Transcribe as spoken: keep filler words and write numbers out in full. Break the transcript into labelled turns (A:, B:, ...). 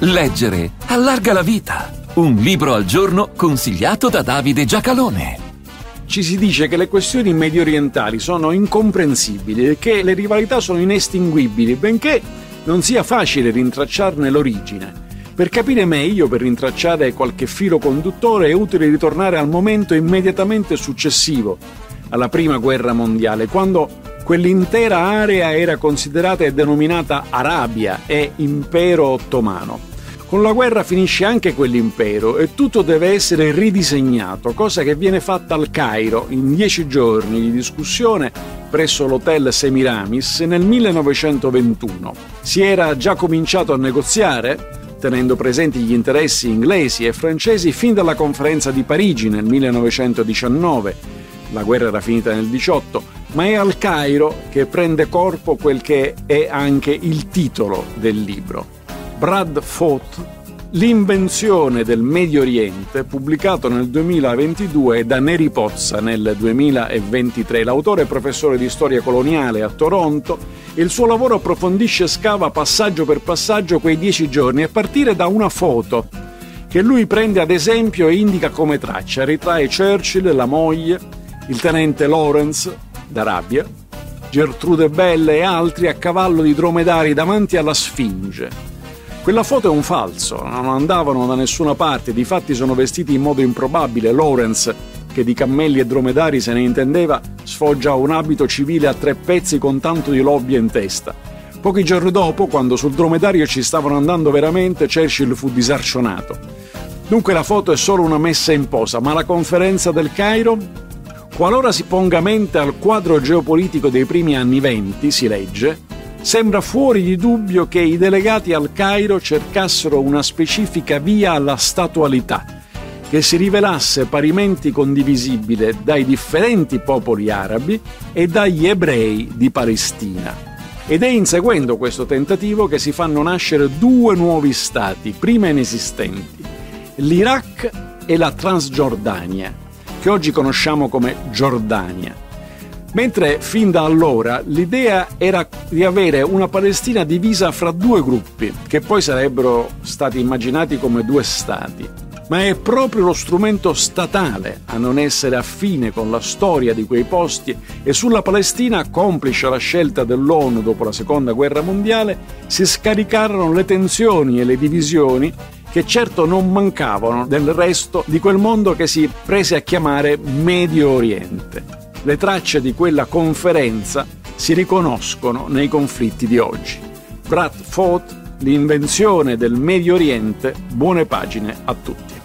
A: Leggere allarga la vita. Un libro al giorno consigliato da Davide Giacalone.
B: Ci si dice che le questioni mediorientali sono incomprensibili e che le rivalità sono inestinguibili, benché non sia facile rintracciarne l'origine. Per capire meglio, per rintracciare qualche filo conduttore, è utile ritornare al momento immediatamente successivo alla Prima Guerra Mondiale, quando quell'intera area era considerata e denominata Arabia e Impero Ottomano. Con la guerra finisce anche quell'impero e tutto deve essere ridisegnato, cosa che viene fatta al Cairo in dieci giorni di discussione presso l'hotel Semiramis nel millenovecentoventuno. Si era già cominciato a negoziare, tenendo presenti gli interessi inglesi e francesi, fin dalla conferenza di Parigi nel millenovecentodiciannove. La guerra era finita nel diciotto, ma è al Cairo che prende corpo quel che è anche il titolo del libro. Brad Fought, l'invenzione del Medio Oriente, pubblicato nel duemilaventidue da Neri Pozza nel duemilaventitré. L'autore è professore di storia coloniale a Toronto e il suo lavoro approfondisce e scava passaggio per passaggio quei dieci giorni, a partire da una foto che lui prende ad esempio e indica come traccia. Ritrae Churchill, la moglie, il tenente Lawrence d'Arabia, Gertrude Bell e altri a cavallo di dromedari davanti alla Sfinge. Quella foto è un falso, non andavano da nessuna parte, difatti sono vestiti in modo improbabile. Lawrence, che di cammelli e dromedari se ne intendeva, sfoggia un abito civile a tre pezzi con tanto di lobbia in testa. Pochi giorni dopo, quando sul dromedario ci stavano andando veramente, Churchill fu disarcionato. Dunque la foto è solo una messa in posa, ma la conferenza del Cairo? Qualora si ponga mente al quadro geopolitico dei primi anni venti, si legge, sembra fuori di dubbio che i delegati al Cairo cercassero una specifica via alla statualità, che si rivelasse parimenti condivisibile dai differenti popoli arabi e dagli ebrei di Palestina. Ed è inseguendo questo tentativo che si fanno nascere due nuovi stati, prima inesistenti, l'Iraq e la Transgiordania, che oggi conosciamo come Giordania. Mentre fin da allora l'idea era di avere una Palestina divisa fra due gruppi, che poi sarebbero stati immaginati come due stati. Ma è proprio lo strumento statale a non essere affine con la storia di quei posti, e sulla Palestina, complice la scelta dell'ONU dopo la Seconda Guerra Mondiale, si scaricarono le tensioni e le divisioni che certo non mancavano nel resto di quel mondo che si prese a chiamare Medio Oriente. Le tracce di quella conferenza si riconoscono nei conflitti di oggi. Brad Fought, l'invenzione del Medio Oriente, buone pagine a tutti.